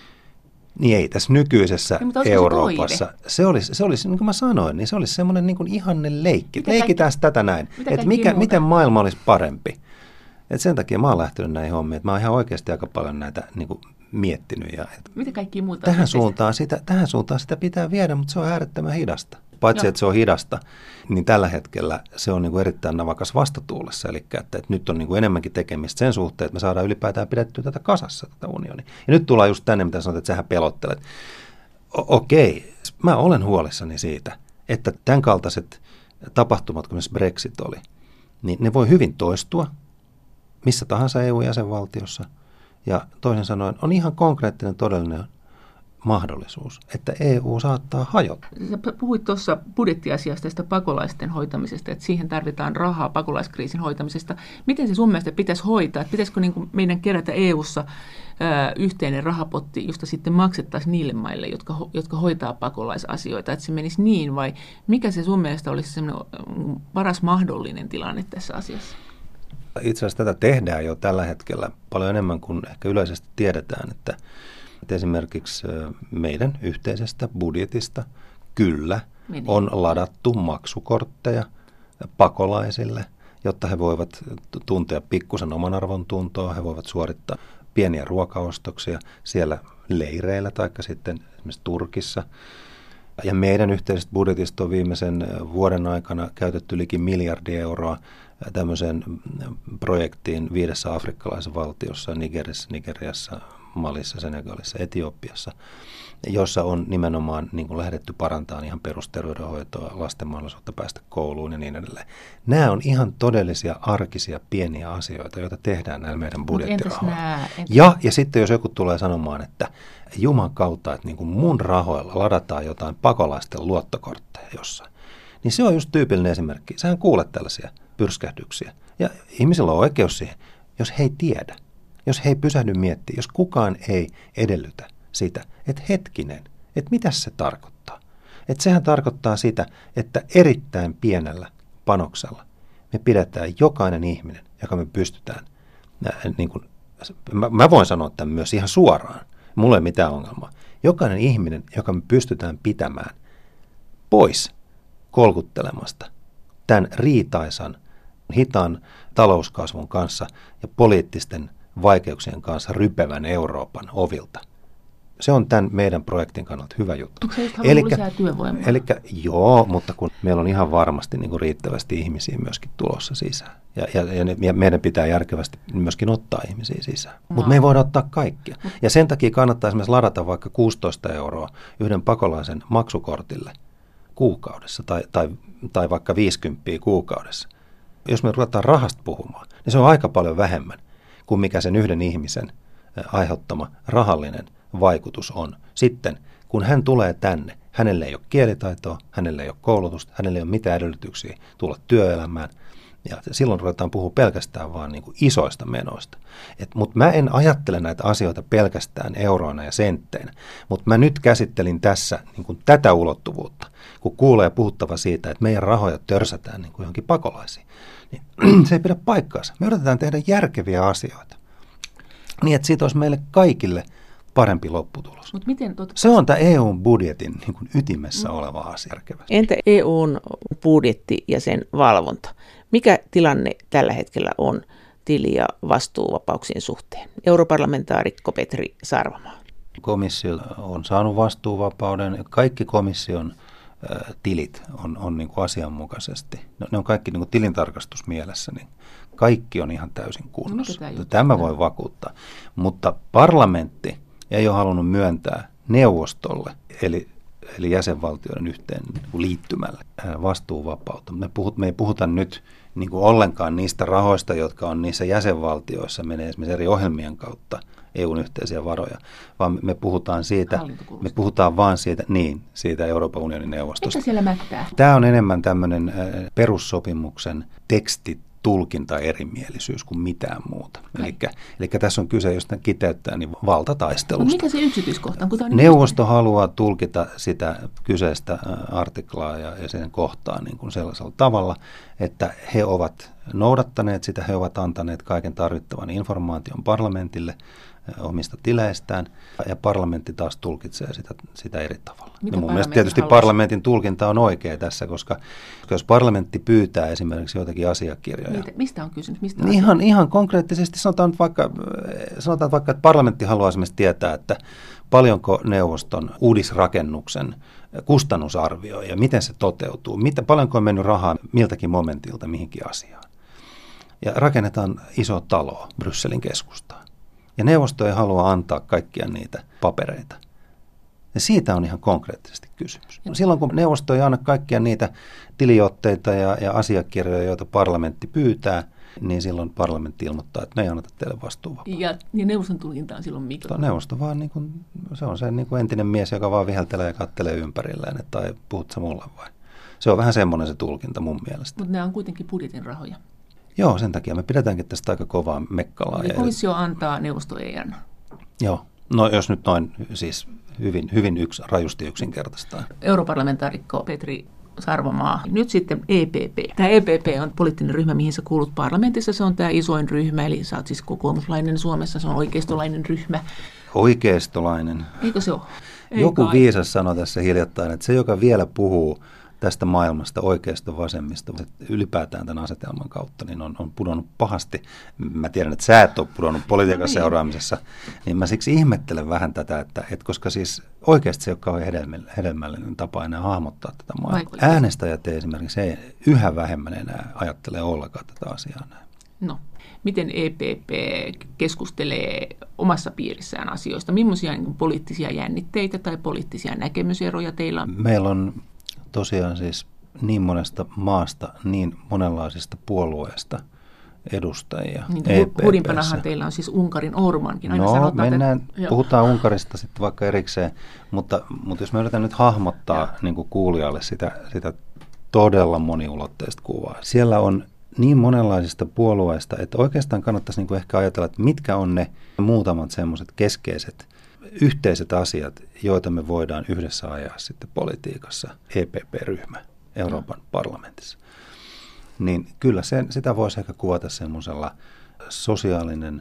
S2: Niin ei tässä nykyisessä Euroopassa. Se olisi, niin kuin mä sanoin, niin se olisi semmoinen niin kuin ihanne leikki. Leikitään tätä näin, että miten maailma olisi parempi. Et sen takia mä oon lähtenyt näihin hommiin, että mä oon ihan oikeasti aika paljon näitä niin kuin miettinyt.
S1: Mitä kaikkia muuta?
S2: Tähän suuntaan sitä pitää viedä, mutta se on äärettömän hidasta. Paitsi, että se on hidasta, niin tällä hetkellä se on niin kuin erittäin navakas vastatuulessa. Eli että nyt on niin kuin enemmänkin tekemistä sen suhteen, että me saadaan ylipäätään pidettyä tätä kasassa, tätä unionia. Ja nyt tullaan just tänne, mitä sanot, että sähän pelottelet. Okei, mä olen huolissani siitä, että tämän kaltaiset tapahtumat, kun Brexit oli, niin ne voi hyvin toistua missä tahansa EU-jäsenvaltiossa. Ja toisin sanoen on ihan konkreettinen todellinen mahdollisuus, että EU saattaa hajota.
S1: Sä puhuit tuossa budjettiasiasta, tästä pakolaisten hoitamisesta, että siihen tarvitaan rahaa pakolaiskriisin hoitamisesta. Miten se sun mielestä pitäisi hoitaa? Että pitäisikö niin kuin meidän kerätä EU:ssa yhteinen rahapotti, josta sitten maksettaisiin niille maille, jotka hoitaa pakolaisasioita, että se menisi niin, vai mikä se sun mielestä olisi semmoinen paras mahdollinen tilanne tässä asiassa?
S2: Itse asiassa tätä tehdään jo tällä hetkellä paljon enemmän kuin ehkä yleisesti tiedetään, että esimerkiksi meidän yhteisestä budjetista kyllä on ladattu maksukortteja pakolaisille, jotta he voivat tuntea pikkusen oman arvon tuntoa, he voivat suorittaa pieniä ruokaostoksia siellä leireillä tai sitten esimerkiksi Turkissa. Ja meidän yhteisestä budjetista on viimeisen vuoden aikana käytetty liki 1 miljardi euroa tämmöiseen projektiin 5 afrikkalaisessa valtiossa, Nigeriassa, Malissa, Senegalissa, Etiopiassa, jossa on nimenomaan niin kuin lähdetty parantamaan ihan perusterveydenhoitoa, lasten mahdollisuutta päästä kouluun ja niin edelleen. Nämä on ihan todellisia, arkisia, pieniä asioita, joita tehdään näillä meidän budjettirahoilla. Ja sitten jos joku tulee sanomaan, että Juman kautta, että niin kuin mun rahoilla ladataan jotain pakolaisten luottokortteja jossain, niin se on just tyypillinen esimerkki. Sähän kuulet tällaisia pyrskähdyksiä. Ja ihmisillä on oikeus siihen, jos he ei tiedä. Jos he ei pysähdy miettimään, jos kukaan ei edellytä sitä, että hetkinen, että mitä se tarkoittaa. Että sehän tarkoittaa sitä, että erittäin pienellä panoksella me pidetään jokainen ihminen, joka me pystytään, niin kuin, mä voin sanoa tämän myös ihan suoraan, mulla ei mitään ongelmaa. Jokainen ihminen, joka me pystytään pitämään pois kolkuttelemasta tämän riitaisan, hitaan talouskasvun kanssa ja poliittisten vaikeuksien kanssa rypevän Euroopan ovilta, Se on tämän meidän projektin kannalta hyvä juttu.
S1: Onko se just halunnut lisää työvoimaa?
S2: Joo, mutta kun meillä on ihan varmasti niin kuin riittävästi ihmisiä myöskin tulossa sisään. Ja meidän pitää järkevästi myöskin ottaa ihmisiä sisään. Mutta me ei voida ottaa kaikkia. Ja sen takia kannattaa esimerkiksi ladata vaikka 16 € yhden pakolaisen maksukortille kuukaudessa tai vaikka 50 kuukaudessa. Jos me ruvetaan rahasta puhumaan, niin se on aika paljon vähemmän kuin mikä sen yhden ihmisen aiheuttama rahallinen vaikutus on. Sitten, kun hän tulee tänne, hänelle ei ole kielitaitoa, hänelle ei ole koulutusta, hänelle ei ole mitään edellytyksiä tulla työelämään. Ja silloin ruvetaan puhua pelkästään vaan niin kuin isoista menoista. Mutta mä en ajattele näitä asioita pelkästään euroina ja sentteinä, mutta mä nyt käsittelin tässä niin kuin tätä ulottuvuutta, kun kuulee puhuttava siitä, että meidän rahoja törsätään niin kuin johonkin pakolaisiin. Niin se ei pidä paikkaansa. Me yritetään tehdä järkeviä asioita niin, että siitä olisi meille kaikille parempi lopputulos. Se on tämä EUn budjetin niin kuin ytimessä oleva asia.
S3: Entä EUn budjetti ja sen valvonta? Mikä tilanne tällä hetkellä on tili- ja vastuuvapauksien suhteen? Europarlamentaarikko Petri Sarvamaa.
S2: Komissio on saanut vastuuvapauden. Kaikki komission tilit on niin kuin asianmukaisesti. Ne on kaikki niin kuin tilintarkastusmielessä, niin kaikki on ihan täysin kunnossa. Tämä voi vakuuttaa. Mutta parlamentti ei ole halunnut myöntää neuvostolle, eli jäsenvaltioiden yhteen liittymälle vastuuvapautta. Me ei puhuta nyt niin kuin ollenkaan niistä rahoista, jotka on niissä jäsenvaltioissa, menee esimerkiksi eri ohjelmien kautta EUn yhteisiä varoja, vaan me puhutaan vaan siitä Euroopan unionin neuvostosta.
S1: Mitä siellä mättää?
S2: Tämä on enemmän tämmöinen perussopimuksen tekstitulkinta erimielisyys kuin mitään muuta. Eli tässä on kyse, jos kiteyttää, niin valtataistelusta.
S1: Mutta mikä se yksityiskohta on?
S2: Neuvosto haluaa tulkita sitä kyseistä artiklaa ja sen kohtaa niin kuin sellaisella tavalla, että he ovat noudattaneet sitä, he ovat antaneet kaiken tarvittavan informaation parlamentille omista tileistään, ja parlamentti taas tulkitsee sitä eri tavalla. Ja mun mielestä tietysti parlamentin tulkinta on oikea tässä, koska jos parlamentti pyytää esimerkiksi joitakin asiakirjoja.
S1: Mistä on kysymys?
S2: Ihan konkreettisesti sanotaan vaikka, että parlamentti haluaa esimerkiksi tietää, että paljonko neuvoston uudisrakennuksen kustannusarvio ja miten se toteutuu, paljonko on mennyt rahaa miltäkin momentilta mihinkin asiaan. Ja rakennetaan iso talo Brysselin keskustaan. Ja neuvosto ei halua antaa kaikkia niitä papereita. Ja siitä on ihan konkreettisesti kysymys. Silloin kun neuvosto ei anna kaikkia niitä tiliotteita ja asiakirjoja, joita parlamentti pyytää, niin silloin parlamentti ilmoittaa, että me ei anneta teille vastuuvapautta.
S1: Ja neuvoston tulkinta on silloin mikä?
S2: Neuvosto vaan, niin kuin, se on se niin kuin entinen mies, joka vaan viheltelee ja kattelee ympärilleen, että tai puhut sä mulle vai. Se on vähän semmoinen se tulkinta mun mielestä.
S1: Mutta nämä on kuitenkin budjetin rahoja.
S2: Joo, sen takia me pidetäänkin tästä aika kovaa mekkalaa.
S1: Eli komissio antaa, neuvosto ei anna.
S2: Joo, no jos nyt noin siis hyvin rajusti yksinkertaistaan.
S1: Europarlamentaarikko Petri Sarvamaa. Nyt sitten EPP. Tämä EPP on poliittinen ryhmä, mihin sä kuulut parlamentissa. Se on tämä isoin ryhmä, eli sä oot siis kokoomuslainen Suomessa. Se on oikeistolainen ryhmä.
S2: Oikeistolainen.
S1: Eikö se ole?
S2: Joku viisas sanoi tässä hiljattain, että se, joka vielä puhuu tästä maailmasta oikeasta vasemmista, ylipäätään tämän asetelman kautta, niin on pudonnut pahasti. Mä tiedän, että sä et ole pudonnut politiikan seuraamisessa, niin mä siksi ihmettelen vähän tätä, että koska siis oikeasti se ei ole kauhean hedelmällinen tapa enää hahmottaa tätä maailmaa. Äänestäjät esimerkiksi yhä vähemmän enää ajattelee ollenkaan tätä asiaa näin.
S1: No, miten EPP keskustelee omassa piirissään asioista? Millaisia niin poliittisia jännitteitä tai poliittisia näkemyseroja teillä on?
S2: Meillä on tosiaan siis niin monesta maasta, niin monenlaisista puolueista edustajia.
S1: Niin, huudimpanahan teillä on siis Unkarin Orbankin. Aina sanotaan,
S2: puhutaan Unkarista sitten vaikka erikseen, mutta jos me yritetään nyt hahmottaa niin kuin kuulijalle sitä todella moniulotteista kuvaa. Siellä on niin monenlaisista puolueista, että oikeastaan kannattaisi niin kuin ehkä ajatella, että mitkä on ne muutamat semmoiset keskeiset yhteiset asiat, joita me voidaan yhdessä ajaa sitten politiikassa, EPP-ryhmä Euroopan parlamentissa. Niin kyllä sitä voisi ehkä kuvata semmoisella sosiaalinen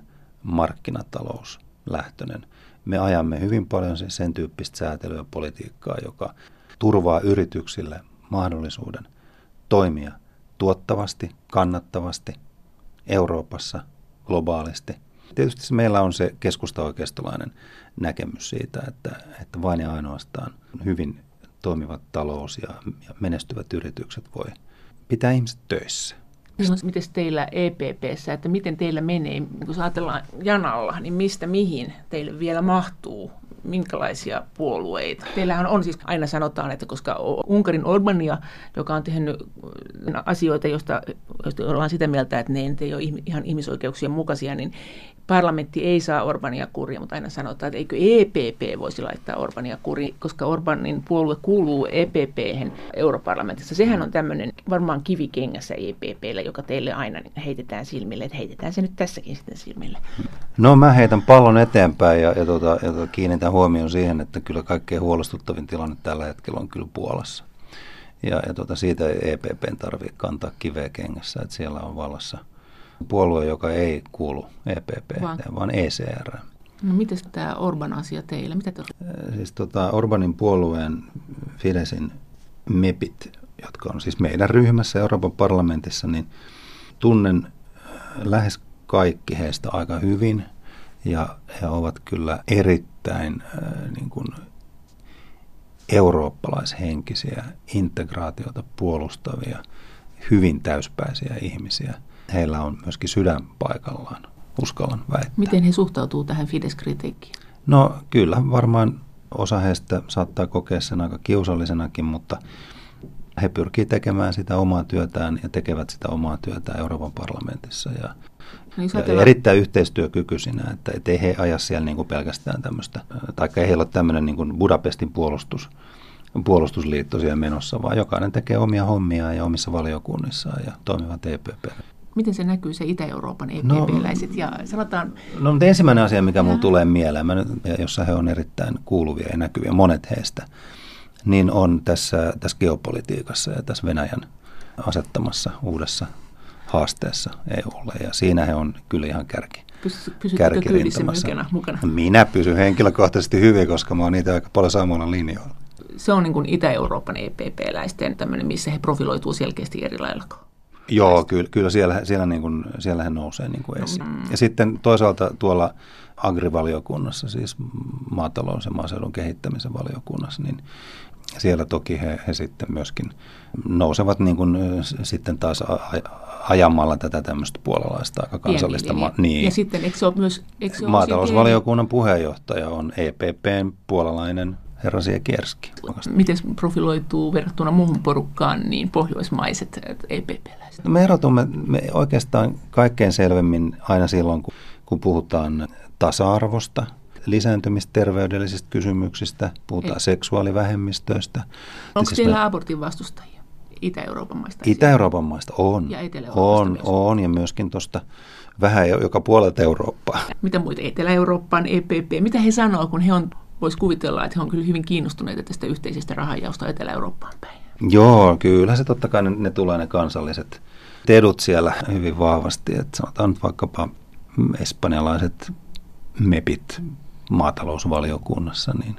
S2: markkinatalouslähtöinen. Me ajamme hyvin paljon sen tyyppistä säätelyä politiikkaa, joka turvaa yrityksille mahdollisuuden toimia tuottavasti, kannattavasti Euroopassa, globaalisti. Tietysti meillä on se keskusta-oikeistolainen näkemys siitä, että vain ja ainoastaan hyvin toimivat talous ja menestyvät yritykset voi pitää ihmiset töissä.
S1: Miten teillä EPP:ssä, että miten teillä menee, kun ajatellaan janalla, niin mistä mihin teille vielä mahtuu? Minkälaisia puolueita? Teillähän on siis, aina sanotaan, että koska Unkarin Orbania, joka on tehnyt asioita, joista ollaan sitä mieltä, että ne ei ole ihan ihmisoikeuksien mukaisia, niin parlamentti ei saa Orbania kuriin, mutta aina sanotaan, että eikö EPP voisi laittaa Orbania kuriin, koska Orbanin puolue kuuluu EPP:hen europarlamentissa. Sehän on tämmöinen varmaan kivikengässä EPP:llä, joka teille aina heitetään silmille, että heitetään se nyt tässäkin sitten silmille.
S2: No mä heitän pallon eteenpäin ja kiinnitän huomioon siihen, että kyllä kaikkein huolestuttavin tilanne tällä hetkellä on kyllä Puolassa. Ja siitä ei EPP:n tarvitse kantaa kiveä kengässä, että siellä on vallassa puolue, joka ei kuulu EPP, vaan ECR.
S1: No miten tämä Orban-asia teillä? Mitä
S2: siis Orbanin puolueen Fidesin MEPit, jotka on siis meidän ryhmässä Euroopan parlamentissa, niin tunnen lähes kaikki heistä aika hyvin ja he ovat kyllä erittäin niin kuin eurooppalaishenkisiä, integraatiota puolustavia, hyvin täyspäisiä ihmisiä. Heillä on myöskin sydän paikallaan, uskallan väittää.
S1: Miten he suhtautuu tähän Fidesz-kritiikkiin?
S2: No kyllä, varmaan osa heistä saattaa kokea sen aika kiusallisenakin, mutta he pyrkii tekemään sitä omaa työtään ja tekevät sitä omaa työtään Euroopan parlamentissa. Ja erittäin yhteistyökykyisinä, että ei he aja siellä niin kuin pelkästään tämmöistä, taikka ei heillä ole tämmöinen niin kuin Budapestin puolustusliitto siellä menossa, vaan jokainen tekee omia hommiaan ja omissa valiokunnissaan ja toimivat EPP.
S1: Miten se näkyy, se Itä-Euroopan EPP-läiset? Ja sanotaan...
S2: No, mutta ensimmäinen asia, mikä minulle tulee mieleen, jossa he on erittäin kuuluvia ja näkyviä, monet heistä, niin on tässä geopolitiikassa ja tässä Venäjän asettamassa uudessa haasteessa EUlle. Ja siinä he on kyllä ihan
S1: Pysytkö kyydissä mukana?
S2: Minä pysyn henkilökohtaisesti hyvin, koska mä oon niitä aika paljon samalla linjoilla.
S1: Se on niin kuin Itä-Euroopan EPP-läisten tämmöinen, missä he profiloituu selkeästi eri lailla.
S2: Joo, kyllä siellä he nousee niin kuin esiin. Ja sitten toisaalta tuolla agrivaliokunnassa, siis maatalous- ja maaseudun kehittämisen valiokunnassa, niin siellä toki he sitten myöskin nousevat niin kuin sitten taas ajamalla tätä tämmöistä puolalaista aika kansallista.
S1: Niin. Ja sitten eikö se ole myös...
S2: Maatalousvaliokunnan puheenjohtaja on EPPn puolalainen herra Siekierski.
S1: Miten profiloituu verrattuna muuhun porukkaan niin pohjoismaiset EPP-läiset?
S2: No me erotumme oikeastaan kaikkein selvemmin aina silloin, kun puhutaan tasa-arvosta, lisääntymisterveydellisistä kysymyksistä, puhutaan seksuaalivähemmistöistä.
S1: Onko teillä abortin vastustajia Itä-Euroopan maista?
S2: Itä-Euroopan maista on.
S1: Ja Etelä-Euroopasta
S2: on ja myöskin tuosta vähän joka puolelta Eurooppaa.
S1: Mitä muita Etelä-Eurooppaan, EPP, mitä he sanoo, kun he on... Voisi kuvitella, että he on kyllä hyvin kiinnostuneita tästä yhteisestä rahanjaosta Etelä-Eurooppaan päin.
S2: Joo, kyllä se totta kai ne tulee ne kansalliset edut siellä hyvin vahvasti. Että sanotaan nyt vaikkapa espanjalaiset MEPit maatalousvaliokunnassa, niin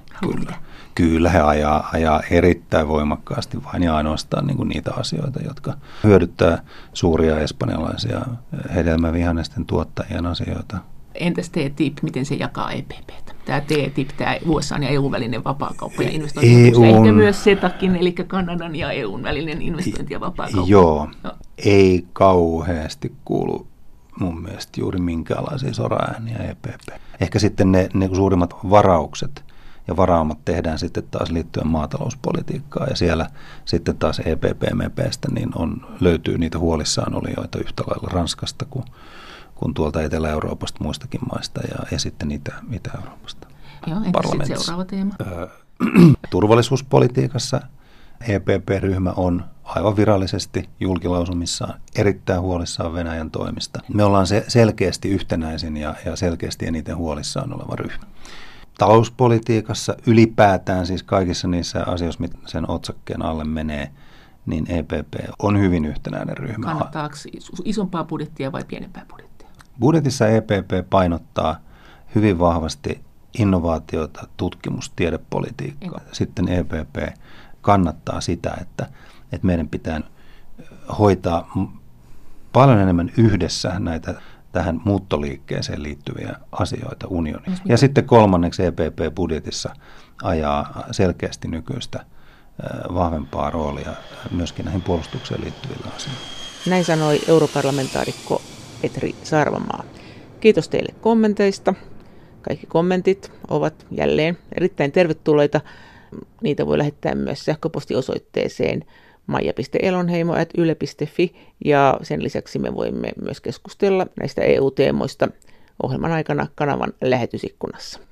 S2: kyllä he ajaa erittäin voimakkaasti vain ja ainoastaan niin kuin niitä asioita, jotka hyödyttää suuria espanjalaisia hedelmävihannesten tuottajien asioita.
S1: Entäs TTIP, miten se jakaa EPP:tä? Tämä TTIP, tämä USA ja EUn välinen vapaakauppa ja investointi, ehkä myös SETAkin, eli Kanadan ja EUn välinen investointi ja vapaakauppa.
S2: Joo, ei kauheasti kuulu mun mielestä juuri minkäänlaisia soraääniä EPP. Ehkä sitten ne suurimmat varaukset ja varaumat tehdään sitten taas liittyen maatalouspolitiikkaan ja siellä sitten taas EPP-MEPestä niin löytyy niitä huolissaan olijoita yhtä lailla Ranskasta kuin tuolta Etelä-Euroopasta muistakin maista ja sitten Itä-Euroopasta.
S1: Joo, entä sitten seuraava teema?
S2: Turvallisuuspolitiikassa EPP-ryhmä on aivan virallisesti julkilausumissaan erittäin huolissaan Venäjän toimista. Me ollaan selkeästi yhtenäisin ja selkeästi eniten huolissaan oleva ryhmä. Talouspolitiikassa ylipäätään siis kaikissa niissä asioissa, mitä sen otsakkeen alle menee, niin EPP on hyvin yhtenäinen ryhmä.
S1: Kannattaako isompaa budjettia vai pienempää budjettia?
S2: Budjetissa EPP painottaa hyvin vahvasti innovaatiota, tutkimus, tiedepolitiikkaa. Sitten EPP kannattaa sitä, että meidän pitää hoitaa paljon enemmän yhdessä näitä tähän muuttoliikkeeseen liittyviä asioita unioniin. Ja sitten kolmanneksi EPP budjetissa ajaa selkeästi nykyistä vahvempaa roolia myöskin näihin puolustukseen liittyvillä asioilla.
S3: Näin sanoi europarlamentaarikko Petri Sarvamaa. Kiitos teille kommenteista. Kaikki kommentit ovat jälleen erittäin tervetulleita. Niitä voi lähettää myös sähköpostiosoitteeseen maija.elonheimo@yle.fi ja sen lisäksi me voimme myös keskustella näistä EU-teemoista ohjelman aikana kanavan lähetysikkunassa.